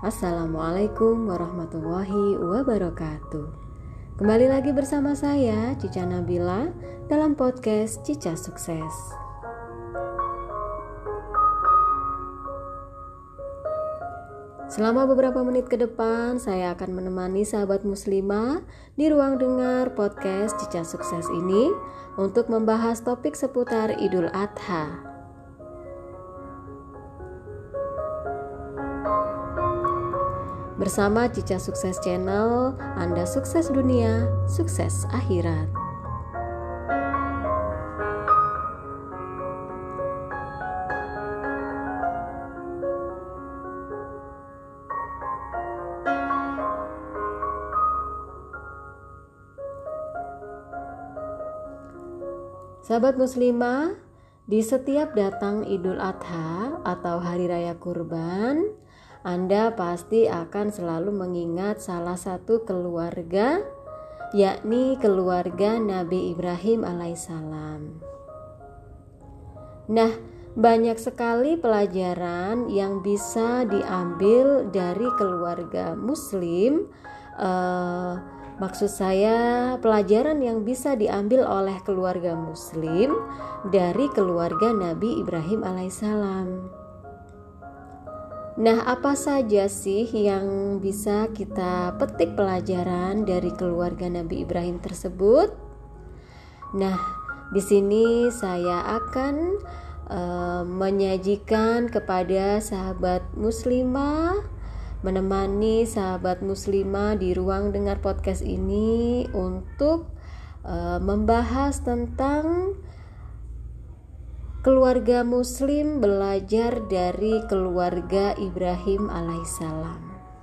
Assalamualaikum warahmatullahi wabarakatuh. Kembali lagi bersama saya Cica Nabila dalam podcast Cica Sukses. Selama beberapa menit ke depan saya akan menemani sahabat muslimah di ruang dengar podcast Cica Sukses ini untuk membahas topik seputar Idul Adha. Bersama Cica Sukses Channel, Anda sukses dunia, sukses akhirat. Sahabat muslimah, di setiap datang Idul Adha atau Hari Raya Kurban, Anda pasti akan selalu mengingat salah satu keluarga, yakni keluarga Nabi Ibrahim alaihissalam. Nah, banyak sekali pelajaran yang bisa diambil dari keluarga Muslim. Maksud saya pelajaran yang bisa diambil oleh keluarga Muslim dari keluarga Nabi Ibrahim alaihissalam. Nah, apa saja sih yang bisa kita petik pelajaran dari keluarga Nabi Ibrahim tersebut? Nah, di sini saya akan menyajikan kepada sahabat muslimah, menemani sahabat muslimah di ruang dengar podcast ini untuk membahas tentang keluarga muslim belajar dari keluarga Ibrahim alaihissalam.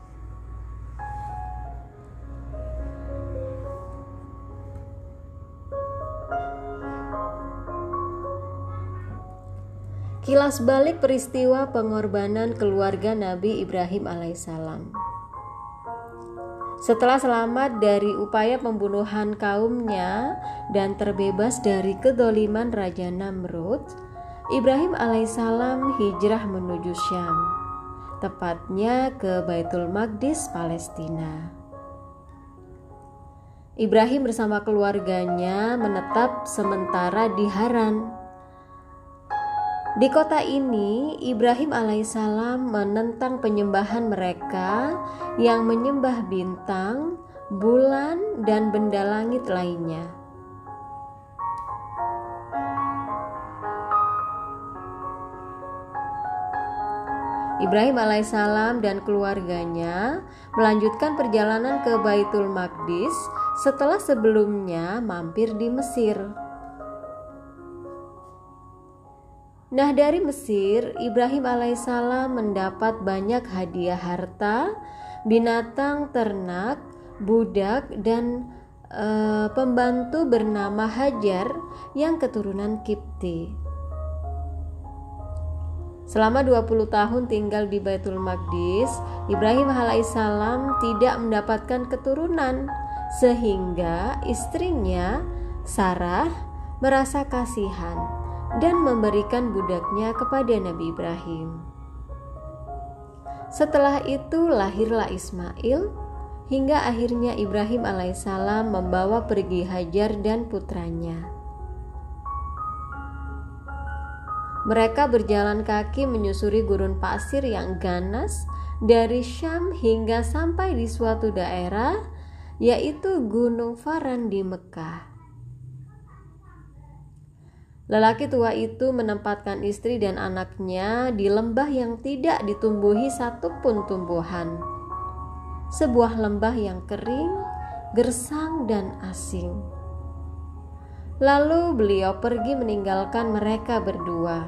Kilas balik peristiwa pengorbanan keluarga Nabi Ibrahim alaihissalam. Setelah selamat dari upaya pembunuhan kaumnya dan terbebas dari kedoliman Raja Namrud, Ibrahim alaihissalam hijrah menuju Syam, tepatnya ke Baitul Maqdis, Palestina. Ibrahim bersama keluarganya menetap sementara di Haran. Di kota ini, Ibrahim alaihissalam menentang penyembahan mereka yang menyembah bintang, bulan, dan benda langit lainnya. Ibrahim alaihissalam dan keluarganya melanjutkan perjalanan ke Baitul Maqdis setelah sebelumnya mampir di Mesir. Nah, dari Mesir, Ibrahim alaihissalam mendapat banyak hadiah harta, binatang ternak, budak, dan pembantu bernama Hajar yang keturunan Kipti. Selama 20 tahun tinggal di Baitul Maqdis, Ibrahim alaihissalam tidak mendapatkan keturunan, sehingga istrinya Sarah merasa kasihan dan memberikan budaknya kepada Nabi Ibrahim. Setelah itu lahirlah Ismail, hingga akhirnya Ibrahim alaihissalam membawa pergi Hajar dan putranya. Mereka berjalan kaki menyusuri gurun pasir yang ganas dari Syam hingga sampai di suatu daerah, yaitu Gunung Faran di Mekah. Lelaki tua itu menempatkan istri dan anaknya di lembah yang tidak ditumbuhi satupun tumbuhan. Sebuah lembah yang kering, gersang, dan asing. Lalu beliau pergi meninggalkan mereka berdua.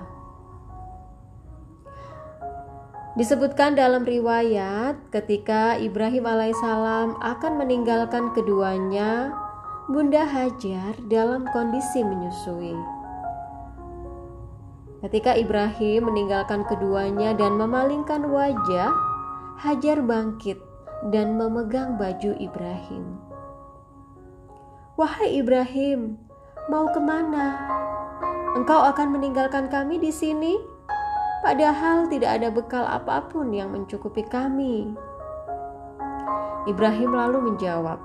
Disebutkan dalam riwayat, ketika Ibrahim alaihissalam akan meninggalkan keduanya, Bunda Hajar dalam kondisi menyusui. Ketika Ibrahim meninggalkan keduanya dan memalingkan wajah, Hajar bangkit dan memegang baju Ibrahim. "Wahai Ibrahim, mau kemana? Engkau akan meninggalkan kami di sini?" padahal tidak ada bekal apapun yang mencukupi kami." Ibrahim lalu menjawab,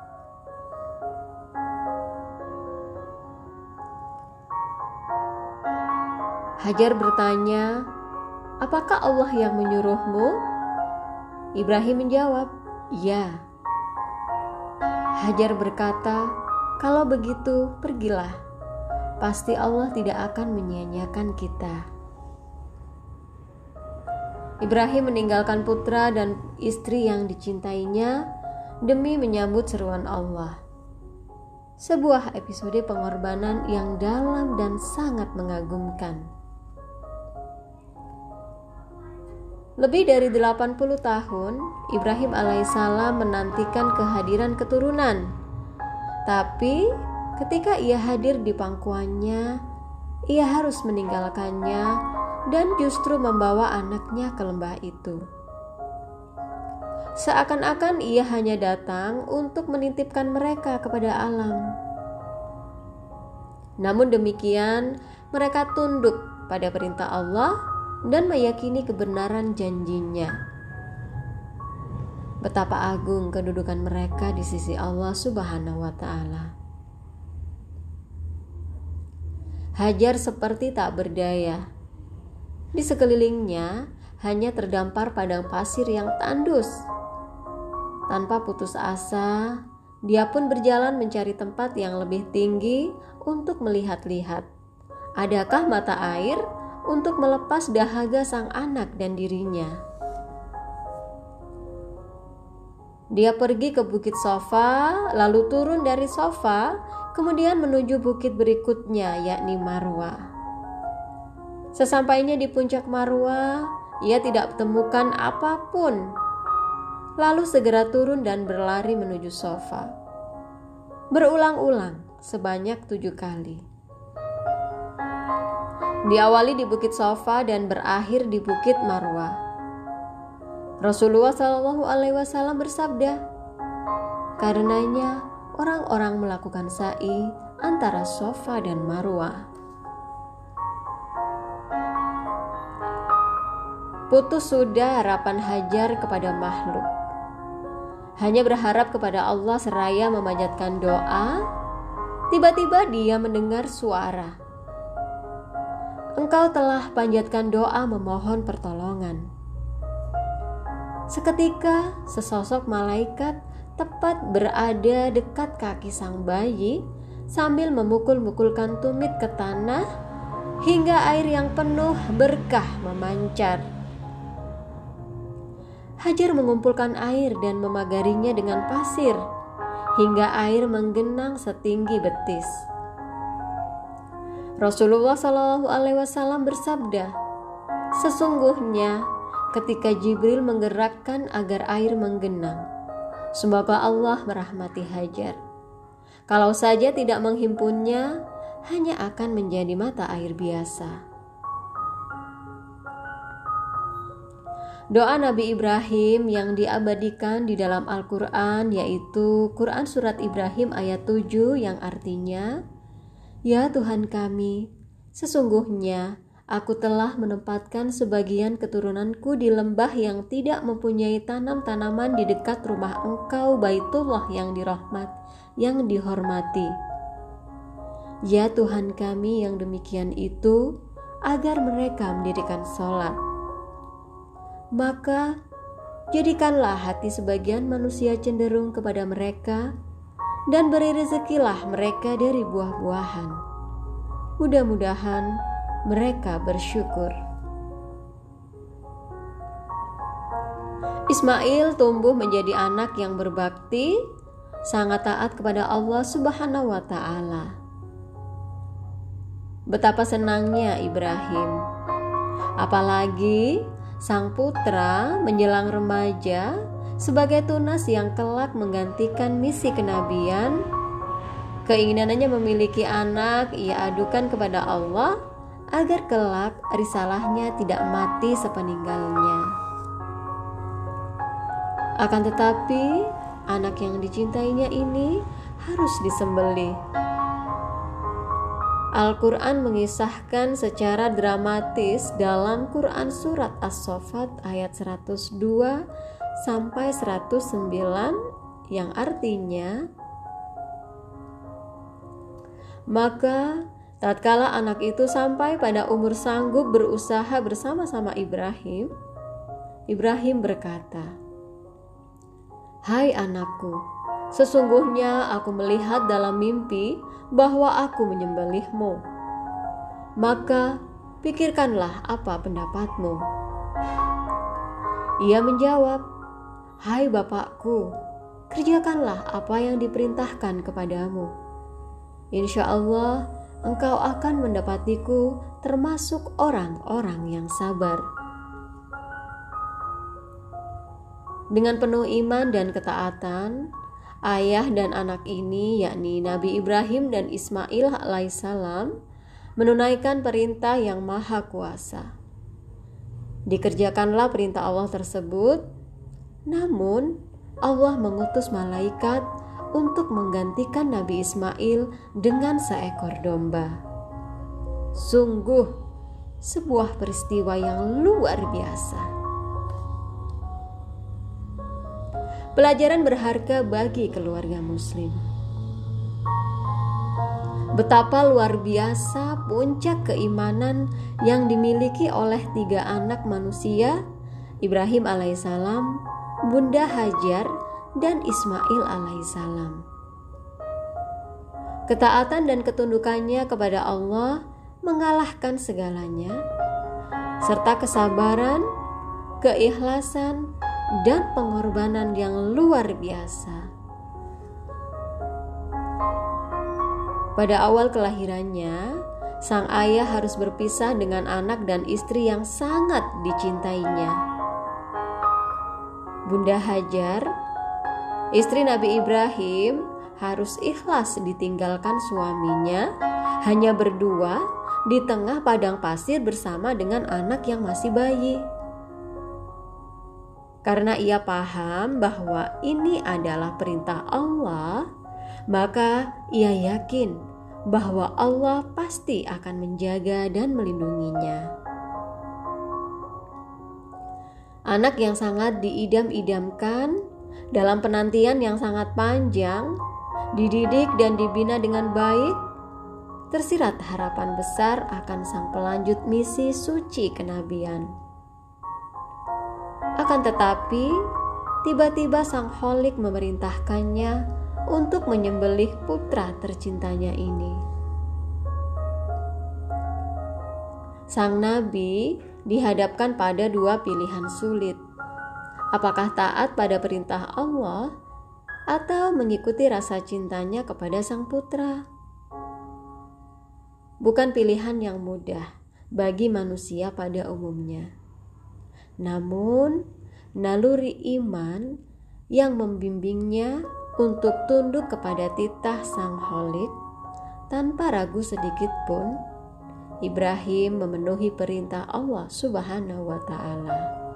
Hajar bertanya, "Apakah Allah yang menyuruhmu?" Ibrahim menjawab, "Ya." Hajar berkata, "Kalau begitu, pergilah. Pasti Allah tidak akan menyia-nyiakan kita." Ibrahim meninggalkan putra dan istri yang dicintainya demi menyambut seruan Allah. Sebuah episode pengorbanan yang dalam dan sangat mengagumkan. Lebih dari 80 tahun, Ibrahim alaihissalam menantikan kehadiran keturunan. Tapi ketika ia hadir di pangkuannya, ia harus meninggalkannya dan justru membawa anaknya ke lembah itu. Seakan-akan ia hanya datang untuk menitipkan mereka kepada alam. Namun demikian, mereka tunduk pada perintah Allah dan meyakini kebenaran janjinya. Betapa agung kedudukan mereka di sisi Allah Subhanahu wa Ta'ala. Hajar seperti tak berdaya. Di sekelilingnya hanya terdampar padang pasir yang tandus. Tanpa putus asa, dia pun berjalan mencari tempat yang lebih tinggi untuk melihat-lihat. Adakah mata air untuk melepas dahaga sang anak dan dirinya? Dia pergi ke Bukit Sofa, lalu turun dari Sofa, kemudian menuju bukit berikutnya, yakni Marwa. Sesampainya di puncak Marwa, ia tidak temukan apapun. Lalu segera turun dan berlari menuju Sofa. Berulang-ulang sebanyak 7 kali. Diawali di Bukit Sofa dan berakhir di Bukit Marwa. Rasulullah SAW bersabda, "Karenanya orang-orang melakukan sa'i antara Sofa dan Marwa." Putus sudah harapan Hajar kepada makhluk. Hanya berharap kepada Allah seraya memanjatkan doa. Tiba-tiba dia mendengar suara, "Engkau telah panjatkan doa memohon pertolongan." Seketika sesosok malaikat tepat berada dekat kaki sang bayi sambil memukul-mukulkan tumit ke tanah hingga air yang penuh berkah memancar. Hajar mengumpulkan air dan memagarinya dengan pasir hingga air menggenang setinggi betis. Rasulullah SAW bersabda, "Sesungguhnya ketika Jibril menggerakkan agar air menggenang, semoga Allah merahmati Hajar. Kalau saja tidak menghimpunnya, hanya akan menjadi mata air biasa." Doa Nabi Ibrahim yang diabadikan di dalam Al-Quran yaitu Quran Surat Ibrahim ayat 7 yang artinya, "Ya Tuhan kami, sesungguhnya aku telah menempatkan sebagian keturunanku di lembah yang tidak mempunyai tanam-tanaman di dekat rumah Engkau Baitullah yang dihormati. Ya Tuhan kami yang demikian itu, agar mereka mendirikan sholat. Maka jadikanlah hati sebagian manusia cenderung kepada mereka dan beri rezekilah mereka dari buah-buahan. Mudah-mudahan mereka bersyukur." Ismail tumbuh menjadi anak yang berbakti, sangat taat kepada Allah Subhanahu wa Ta'ala. Betapa senangnya Ibrahim, apalagi sang putra menjelang remaja sebagai tunas yang kelak menggantikan misi kenabian. Keinginannya memiliki anak ia adukan kepada Allah agar kelak risalahnya tidak mati sepeninggalnya. Akan tetapi anak yang dicintainya ini harus disembelih. Al-Quran mengisahkan secara dramatis dalam Quran Surat As-Saffat ayat 102 sampai 109 yang artinya, maka tatkala anak itu sampai pada umur sanggup berusaha bersama-sama Ibrahim, Ibrahim berkata, "Hai anakku, sesungguhnya aku melihat dalam mimpi bahwa aku menyembelihmu. Maka pikirkanlah apa pendapatmu." Ia menjawab, "Hai bapakku, kerjakanlah apa yang diperintahkan kepadamu. Insya Allah engkau akan mendapatiku termasuk orang-orang yang sabar." Dengan penuh iman dan ketaatan, ayah dan anak ini, yakni Nabi Ibrahim dan Ismail alaihissalam, menunaikan perintah yang maha kuasa. Dikerjakanlah perintah Allah tersebut, namun Allah mengutus malaikat untuk menggantikan Nabi Ismail dengan seekor domba. Sungguh sebuah peristiwa yang luar biasa. Pelajaran berharga bagi keluarga muslim. Betapa luar biasa puncak keimanan yang dimiliki oleh 3 anak manusia, Ibrahim alaihissalam, Bunda Hajar, dan Ismail alaihissalam. Ketaatan dan ketundukannya kepada Allah mengalahkan segalanya, serta kesabaran, keikhlasan, dan pengorbanan yang luar biasa. Pada awal kelahirannya, sang ayah harus berpisah dengan anak dan istri yang sangat dicintainya. Bunda Hajar, istri Nabi Ibrahim, harus ikhlas ditinggalkan suaminya hanya berdua di tengah padang pasir bersama dengan anak yang masih bayi. Karena ia paham bahwa ini adalah perintah Allah, maka ia yakin bahwa Allah pasti akan menjaga dan melindunginya. Anak yang sangat diidam-idamkan dalam penantian yang sangat panjang, dididik dan dibina dengan baik, tersirat harapan besar akan sang pelanjut misi suci kenabian. Akan tetapi, tiba-tiba sang kholik memerintahkannya untuk menyembelih putra tercintanya ini. Sang nabi dihadapkan pada 2 pilihan sulit. Apakah taat pada perintah Allah atau mengikuti rasa cintanya kepada sang putra? Bukan pilihan yang mudah bagi manusia pada umumnya. Namun, naluri iman yang membimbingnya untuk tunduk kepada titah sang kholik tanpa ragu sedikit pun, Ibrahim memenuhi perintah Allah Subhanahu wa Ta'ala.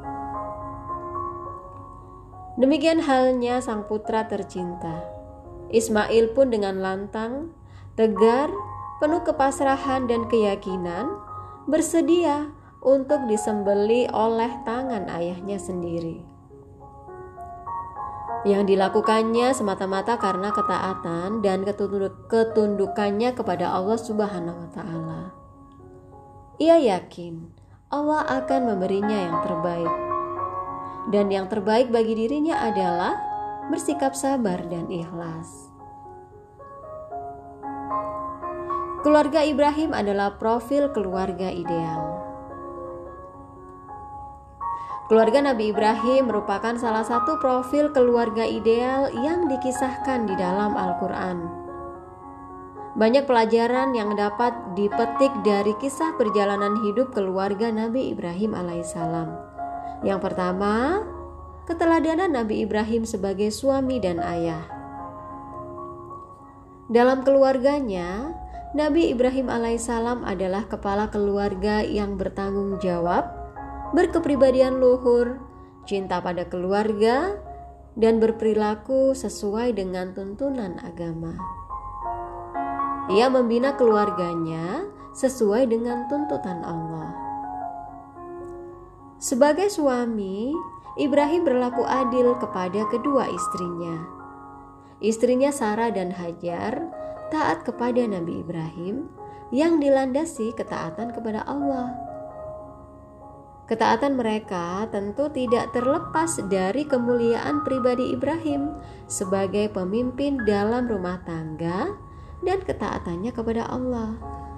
Demikian halnya sang putra tercinta. Ismail pun dengan lantang, tegar, penuh kepasrahan dan keyakinan, bersedia untuk disembelih oleh tangan ayahnya sendiri. Yang dilakukannya semata-mata karena ketaatan dan ketundukannya kepada Allah Subhanahu wa Ta'ala. Ia yakin Allah akan memberinya yang terbaik, dan yang terbaik bagi dirinya adalah bersikap sabar dan ikhlas. Keluarga Ibrahim adalah profil keluarga ideal. Keluarga Nabi Ibrahim merupakan salah satu profil keluarga ideal yang dikisahkan di dalam Al-Quran. Banyak pelajaran yang dapat dipetik dari kisah perjalanan hidup keluarga Nabi Ibrahim alaihissalam. Yang pertama, keteladanan Nabi Ibrahim sebagai suami dan ayah. Dalam keluarganya, Nabi Ibrahim alaihissalam adalah kepala keluarga yang bertanggung jawab, berkepribadian luhur, cinta pada keluarga, dan berperilaku sesuai dengan tuntunan agama. Ia membina keluarganya sesuai dengan tuntutan Allah. Sebagai suami, Ibrahim berlaku adil kepada kedua istrinya. Istrinya Sarah dan Hajar taat kepada Nabi Ibrahim yang dilandasi ketaatan kepada Allah. Ketaatan mereka tentu tidak terlepas dari kemuliaan pribadi Ibrahim sebagai pemimpin dalam rumah tangga dan ketaatannya kepada Allah.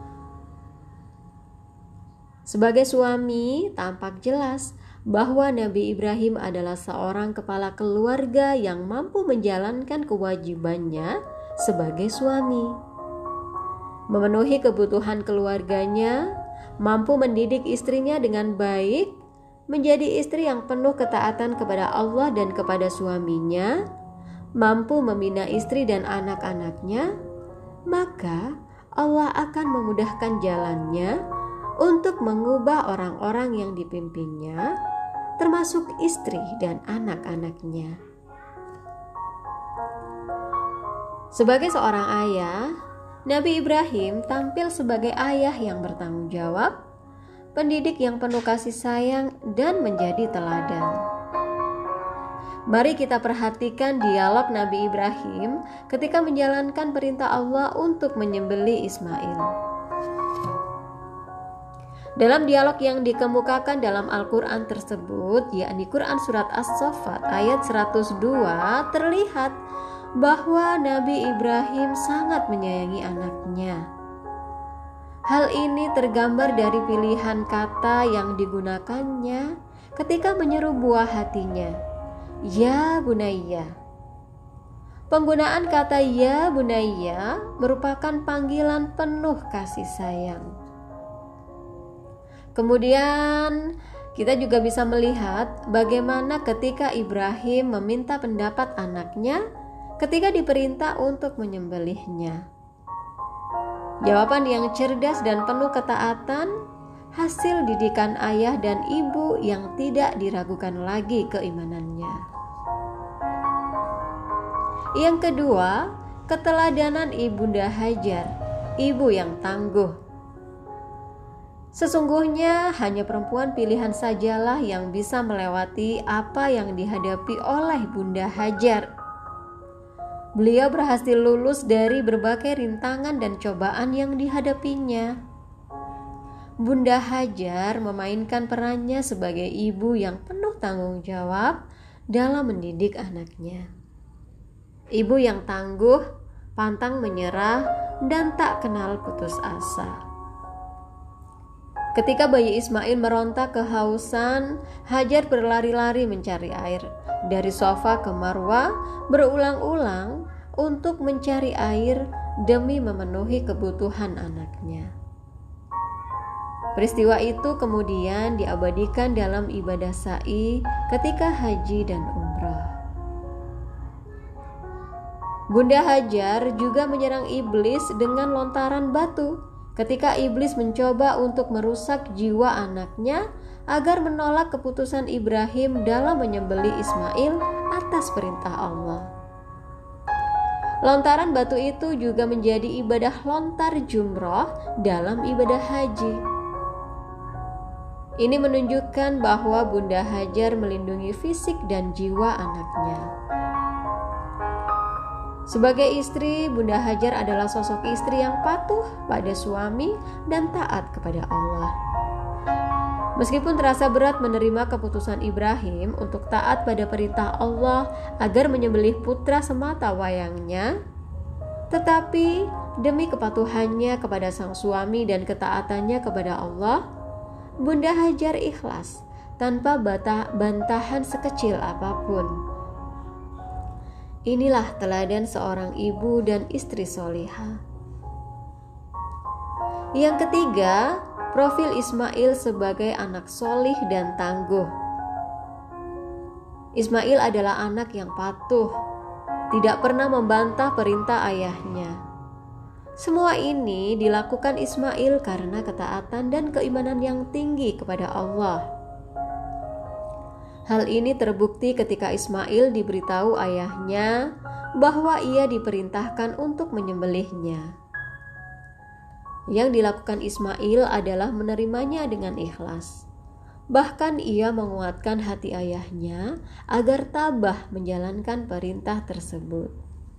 Sebagai suami, tampak jelas bahwa Nabi Ibrahim adalah seorang kepala keluarga yang mampu menjalankan kewajibannya sebagai suami, memenuhi kebutuhan keluarganya, mampu mendidik istrinya dengan baik, menjadi istri yang penuh ketaatan kepada Allah dan kepada suaminya, mampu membina istri dan anak-anaknya, maka Allah akan memudahkan jalannya untuk mengubah orang-orang yang dipimpinnya, termasuk istri dan anak-anaknya. Sebagai seorang ayah, Nabi Ibrahim tampil sebagai ayah yang bertanggung jawab, pendidik yang penuh kasih sayang, dan menjadi teladan. Mari kita perhatikan dialog Nabi Ibrahim ketika menjalankan perintah Allah untuk menyembelih Ismail. Dalam dialog yang dikemukakan dalam Al-Quran tersebut, yakni Quran Surat As-Saffat ayat 102, terlihat bahwa Nabi Ibrahim sangat menyayangi anaknya. Hal ini tergambar dari pilihan kata yang digunakannya ketika menyeru buah hatinya, "Ya Bunayya." Penggunaan kata "Ya Bunayya" merupakan panggilan penuh kasih sayang. Kemudian kita juga bisa melihat bagaimana ketika Ibrahim meminta pendapat anaknya ketika diperintah untuk menyembelihnya. Jawaban yang cerdas dan penuh ketaatan, hasil didikan ayah dan ibu yang tidak diragukan lagi keimanannya. Yang kedua, keteladanan Ibunda Hajar, ibu yang tangguh. Sesungguhnya hanya perempuan pilihan sajalah yang bisa melewati apa yang dihadapi oleh Bunda Hajar. Beliau berhasil lulus dari berbagai rintangan dan cobaan yang dihadapinya. Bunda Hajar memainkan perannya sebagai ibu yang penuh tanggung jawab dalam mendidik anaknya. Ibu yang tangguh, pantang menyerah, dan tak kenal putus asa. Ketika bayi Ismail meronta kehausan, Hajar berlari-lari mencari air. Dari sofa ke Marwah berulang-ulang untuk mencari air demi memenuhi kebutuhan anaknya. Peristiwa itu kemudian diabadikan dalam ibadah sa'i ketika haji dan umrah. Bunda Hajar juga menyerang iblis dengan lontaran batu ketika iblis mencoba untuk merusak jiwa anaknya agar menolak keputusan Ibrahim dalam menyembelih Ismail atas perintah Allah. Lontaran batu itu juga menjadi ibadah lontar jumroh dalam ibadah haji. Ini menunjukkan bahwa Bunda Hajar melindungi fisik dan jiwa anaknya. Sebagai istri, Bunda Hajar adalah sosok istri yang patuh pada suami dan taat kepada Allah. Meskipun terasa berat menerima keputusan Ibrahim untuk taat pada perintah Allah agar menyembelih putra semata wayangnya, tetapi demi kepatuhannya kepada sang suami dan ketaatannya kepada Allah, Bunda Hajar ikhlas tanpa bantahan sekecil apapun. Inilah teladan seorang ibu dan istri solihah. Yang ketiga, profil Ismail sebagai anak solih dan tangguh. Ismail adalah anak yang patuh, tidak pernah membantah perintah ayahnya. Semua ini dilakukan Ismail karena ketaatan dan keimanan yang tinggi kepada Allah. Hal ini terbukti ketika Ismail diberitahu ayahnya bahwa ia diperintahkan untuk menyembelihnya. Yang dilakukan Ismail adalah menerimanya dengan ikhlas. Bahkan ia menguatkan hati ayahnya agar tabah menjalankan perintah tersebut.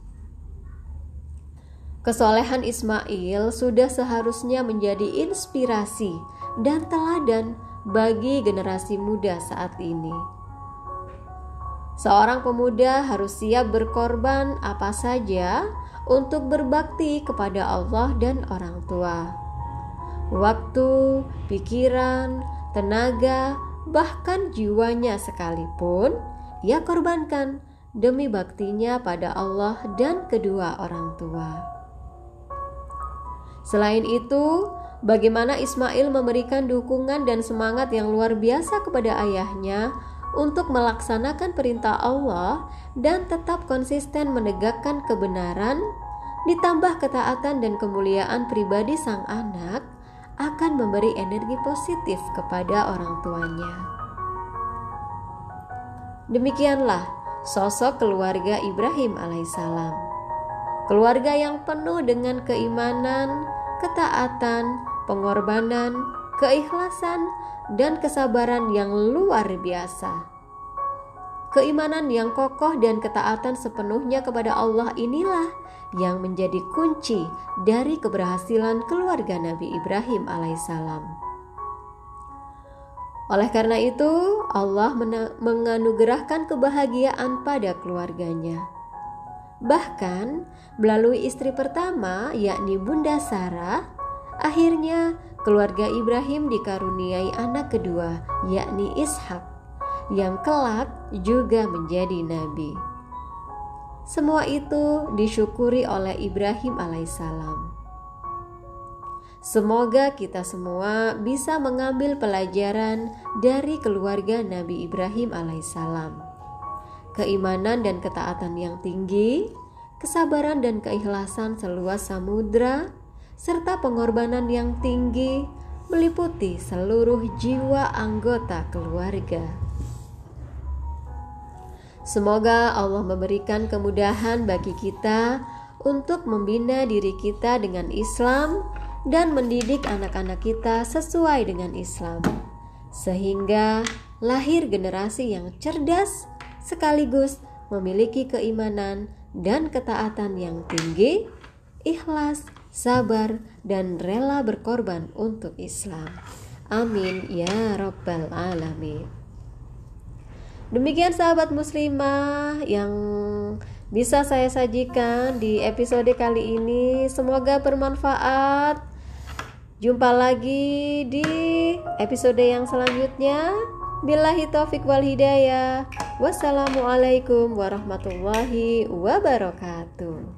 Kesolehan Ismail sudah seharusnya menjadi inspirasi dan teladan bagi generasi muda saat ini. Seorang pemuda harus siap berkorban apa saja untuk berbakti kepada Allah dan orang tua. Waktu, pikiran, tenaga, bahkan jiwanya sekalipun ia korbankan demi baktinya pada Allah dan kedua orang tua. Selain itu, bagaimana Ismail memberikan dukungan dan semangat yang luar biasa kepada ayahnya untuk melaksanakan perintah Allah dan tetap konsisten menegakkan kebenaran, ditambah ketaatan dan kemuliaan pribadi sang anak akan memberi energi positif kepada orang tuanya. Demikianlah sosok keluarga Ibrahim alaihissalam. Keluarga yang penuh dengan keimanan, ketaatan, pengorbanan, keikhlasan, dan kesabaran yang luar biasa. Keimanan yang kokoh dan ketaatan sepenuhnya kepada Allah inilah yang menjadi kunci dari keberhasilan keluarga Nabi Ibrahim alaihissalam. Oleh karena itu, Allah menganugerahkan kebahagiaan pada keluarganya. Bahkan melalui istri pertama, yakni Bunda Sarah, akhirnya keluarga Ibrahim dikaruniai anak kedua, yakni Ishak, yang kelak juga menjadi nabi. Semua itu disyukuri oleh Ibrahim alaihissalam. Semoga kita semua bisa mengambil pelajaran dari keluarga Nabi Ibrahim alaihissalam. Keimanan dan ketaatan yang tinggi, kesabaran dan keikhlasan seluas samudra, serta pengorbanan yang tinggi meliputi seluruh jiwa anggota keluarga. Semoga Allah memberikan kemudahan bagi kita untuk membina diri kita dengan Islam dan mendidik anak-anak kita sesuai dengan Islam, sehingga lahir generasi yang cerdas sekaligus memiliki keimanan dan ketaatan yang tinggi, ikhlas, sabar, dan rela berkorban untuk Islam. Amin ya Rabbal Alamin. Demikian sahabat muslimah yang bisa saya sajikan di episode kali ini. Semoga bermanfaat. Jumpa lagi di episode yang selanjutnya. Billahi taufik wal hidayah. Wassalamualaikum warahmatullahi wabarakatuh.